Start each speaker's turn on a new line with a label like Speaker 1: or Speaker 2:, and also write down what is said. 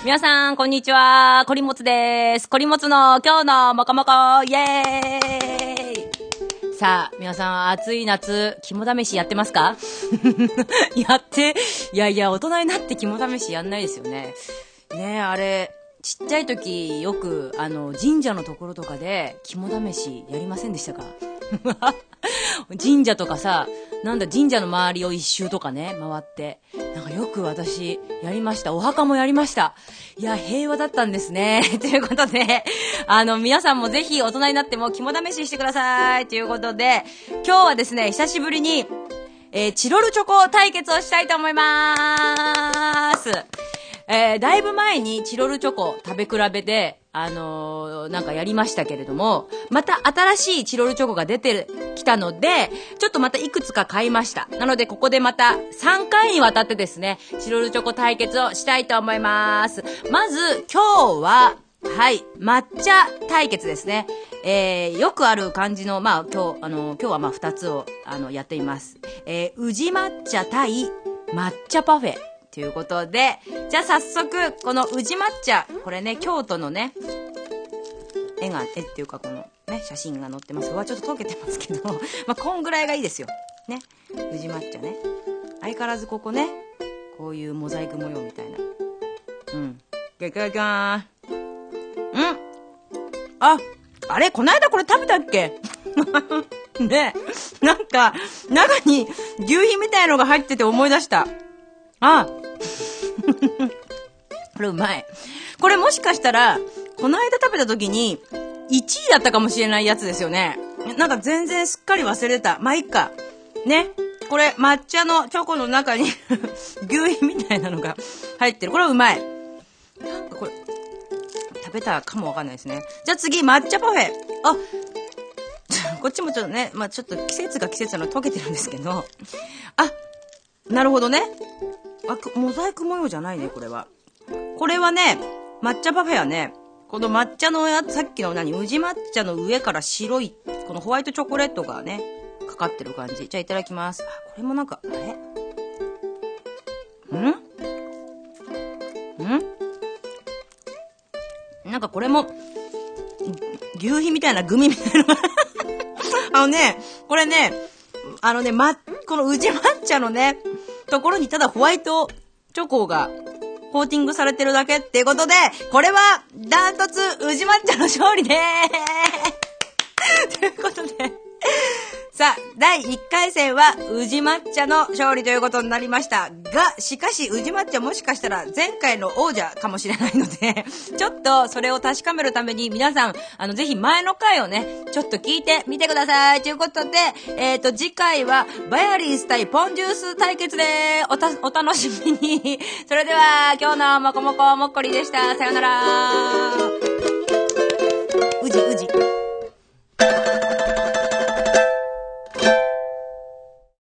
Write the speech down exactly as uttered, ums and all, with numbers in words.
Speaker 1: 皆さん、こんにちは。こりもつです。こりもつの今日のもこもこ、イエーイ。さあ、皆さん、暑い夏、肝試しやってますか？やって、いやいや、大人になって肝試しやんないですよね。ねえ、あれ、ちっちゃい時、よく、あの、神社のところとかで、肝試しやりませんでしたか？神社とかさ、なんだ神社の周りを一周とかね、回って。なんかよく私、やりました。お墓もやりました。いや、平和だったんですね。ということで、あの、皆さんもぜひ大人になっても肝試ししてください。ということで、今日はですね、久しぶりに、えー、チロルチョコ対決をしたいと思いまーす。えー、だいぶ前にチロルチョコ食べ比べで、あのー、なんかやりましたけれども、また新しいチロルチョコが出てきたので、ちょっとまたいくつか買いました。なのでここでまたさんかいにわたってですね、チロルチョコ対決をしたいと思います。まず今日は、はい、抹茶対決ですね。えー、よくある感じの、まあ今日、あのー、今日はまあふたつを、あの、やっています。えー、宇治抹茶対抹茶パフェ。ということで、じゃあ早速、この宇治抹茶、これね、京都のね、絵が、絵っていうかこのね、写真が載ってます。うわ、ちょっと溶けてますけど、まあ、こんぐらいがいいですよ。ね。宇治抹茶ね。相変わらずここね、こういうモザイク模様みたいな。うん。ガガガーン。ん？あ、あれこないだこれ食べたっけ？ね。なんか、中に牛皮みたいのが入ってて思い出した。あこれうまい。これもしかしたら、この間食べた時に、いちいだったかもしれないやつですよね。なんか全然すっかり忘れた。まあ、いっか。ね。これ、抹茶のチョコの中に、牛皮みたいなのが入ってる。これはうまい。なんかこれ、食べたかもわかんないですね。じゃあ次、抹茶パフェ。あ、こっちもちょっとね、まあ、ちょっと季節が季節なの溶けてるんですけど。あ、なるほどね。あ、モザイク模様じゃないね、これは。これはね、抹茶パフェはね、この抹茶のやつ、さっきの何、宇治抹茶の上から白い、このホワイトチョコレートがね、かかってる感じ。じゃあいただきます。あ、これもなんか、あれんんなんかこれも、牛皮みたいなグミみたいなのが、あのね、これね、あのね、ま、この宇治抹茶のね、ところにただホワイトチョコがコーティングされてるだけっていうことで、これはダントツ宇治抹茶の勝利でーすということで、さあ、だいいっかい戦は宇治抹茶の勝利ということになりましたが、しかし宇治抹茶もしかしたら前回の王者かもしれないので、ちょっとそれを確かめるために皆さん、あの、ぜひ前の回をね、ちょっと聞いてみてください。ということで、えっと、次回はバヤリース対ポンジュース対決でおた、お楽しみに。それでは、今日のもこもこもっこりでした。さよなら。宇治宇治。